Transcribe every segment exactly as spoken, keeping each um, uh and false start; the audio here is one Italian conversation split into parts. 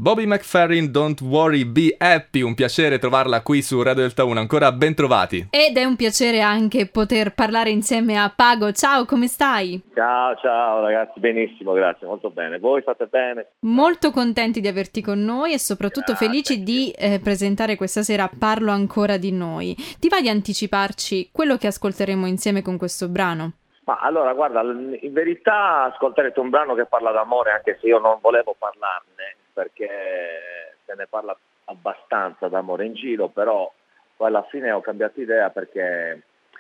Bobby McFerrin, Don't Worry, Be Happy, un piacere trovarla qui su Radio Delta uno, ancora ben trovati. Ed è un piacere anche poter parlare insieme a Pago. Ciao, come stai? Ciao, ciao ragazzi, benissimo, grazie, molto bene. Voi state bene? Molto contenti di averti con noi e soprattutto Grazie. felici di eh, presentare questa sera Parlo ancora di noi. Ti va di anticiparci quello che ascolteremo insieme con questo brano? Ma allora, guarda, in verità ascolterete un brano che parla d'amore, anche se io non volevo parlarne, perché se ne parla abbastanza d'amore in giro, però poi alla fine ho cambiato idea perché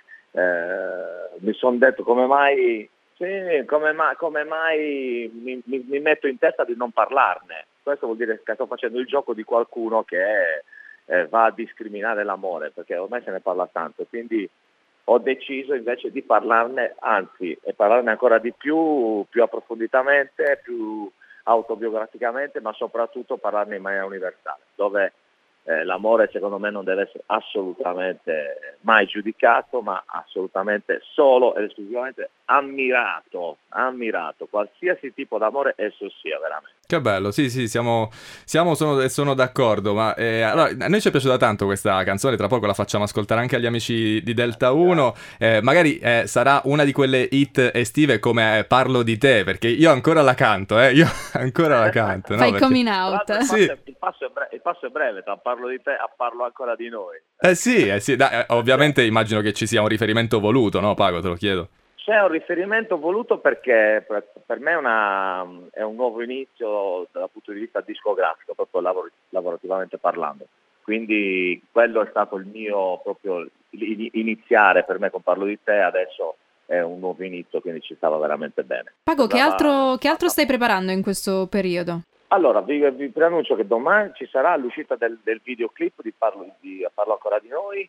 eh, mi sono detto come mai, sì, come mai, come mai mi, mi, mi metto in testa di non parlarne. Questo vuol dire che sto facendo il gioco di qualcuno che eh, va a discriminare l'amore, perché ormai se ne parla tanto, quindi ho deciso invece di parlarne, anzi, e parlarne ancora di più, più approfonditamente, più autobiograficamente, ma soprattutto parlarne in maniera universale, dove eh, l'amore secondo me non deve essere assolutamente mai giudicato, ma assolutamente solo ed esclusivamente ammirato, ammirato, qualsiasi tipo d'amore esso sia veramente. Che bello, sì sì, siamo, siamo sono, sono d'accordo, ma eh, allora, a noi ci è piaciuta tanto questa canzone, tra poco la facciamo ascoltare anche agli amici di Delta uno, eh, magari eh, sarà una di quelle hit estive come eh, Parlo di te, perché io ancora la canto, eh, io ancora la canto. Fai no? Perché... coming out. Il, sì. passo, il, passo è breve, il passo è breve, tra Parlo di te a Parlo ancora di noi. Eh sì, eh sì, dai, eh, ovviamente immagino che ci sia un riferimento voluto, no Pago, te lo chiedo. C'è un riferimento voluto perché per, per me è, una, è un nuovo inizio dal punto di vista discografico, proprio lavor, lavorativamente parlando. Quindi quello è stato il mio proprio iniziare per me con Parlo di te, adesso è un nuovo inizio, quindi ci stava veramente bene. Pago, che altro, che altro stai preparando in questo periodo? Allora, vi, vi preannuncio che domani ci sarà l'uscita del, del videoclip di Parlo, di Parlo ancora di noi,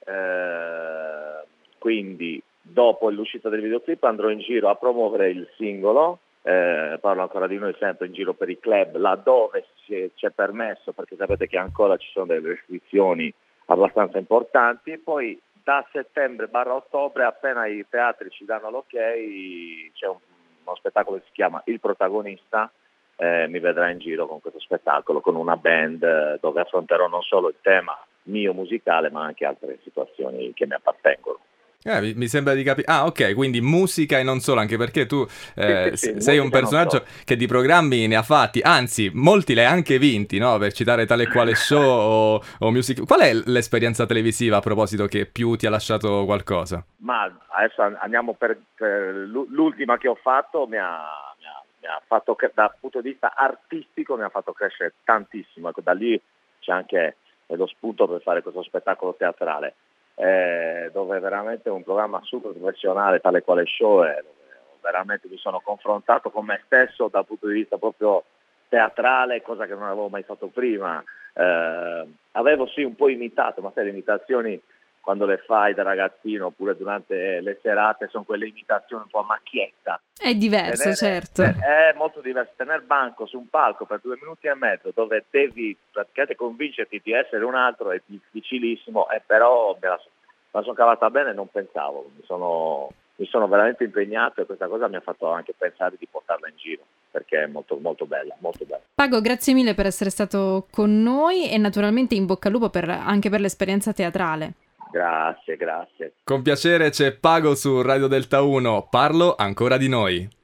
eh, quindi dopo l'uscita del videoclip andrò in giro a promuovere il singolo, eh, Parlo ancora di noi sempre in giro per i club, laddove ci è permesso, perché sapete che ancora ci sono delle restrizioni abbastanza importanti, e poi da settembre barra ottobre, appena i teatri ci danno l'ok, c'è un, uno spettacolo che si chiama Il Protagonista, eh, mi vedrà in giro con questo spettacolo, con una band eh, dove affronterò non solo il tema mio musicale, ma anche altre situazioni che mi appartengono. Eh, mi, mi sembra di capire. Ah, ok, quindi musica e non solo, anche perché tu eh, sì, sì, sei un personaggio che di programmi ne ha fatti, anzi, molti le hai anche vinti, no? Per citare tale e quale show o, o music. Qual è l'esperienza televisiva, a proposito, che più ti ha lasciato qualcosa? Ma adesso andiamo per, per l'ultima che ho fatto, mi ha, mi ha, mi ha fatto, dal punto di vista artistico, mi ha fatto crescere tantissimo. Ecco, da lì c'è anche lo spunto per fare questo spettacolo teatrale. Eh, dove veramente è un programma super professionale tale quale show è, dove veramente mi sono confrontato con me stesso dal punto di vista proprio teatrale, cosa che non avevo mai fatto prima. Eh, avevo sì un po' imitato, ma sai, le imitazioni quando le fai da ragazzino oppure durante le serate sono quelle imitazioni un po' a macchietta. È diverso, tenere, certo. È molto diverso. Tenere banco su un palco per due minuti e mezzo dove devi praticamente convincerti di essere un altro è difficilissimo, e però me la, me la sono cavata bene e non pensavo. Mi sono, mi sono veramente impegnato, e questa cosa mi ha fatto anche pensare di portarla in giro, perché è molto, molto bella, molto bella. Pago, grazie mille per essere stato con noi e naturalmente in bocca al lupo per, anche per l'esperienza teatrale. Grazie, grazie. Con piacere, c'è Pago su Radio Delta uno, Parlo ancora di noi.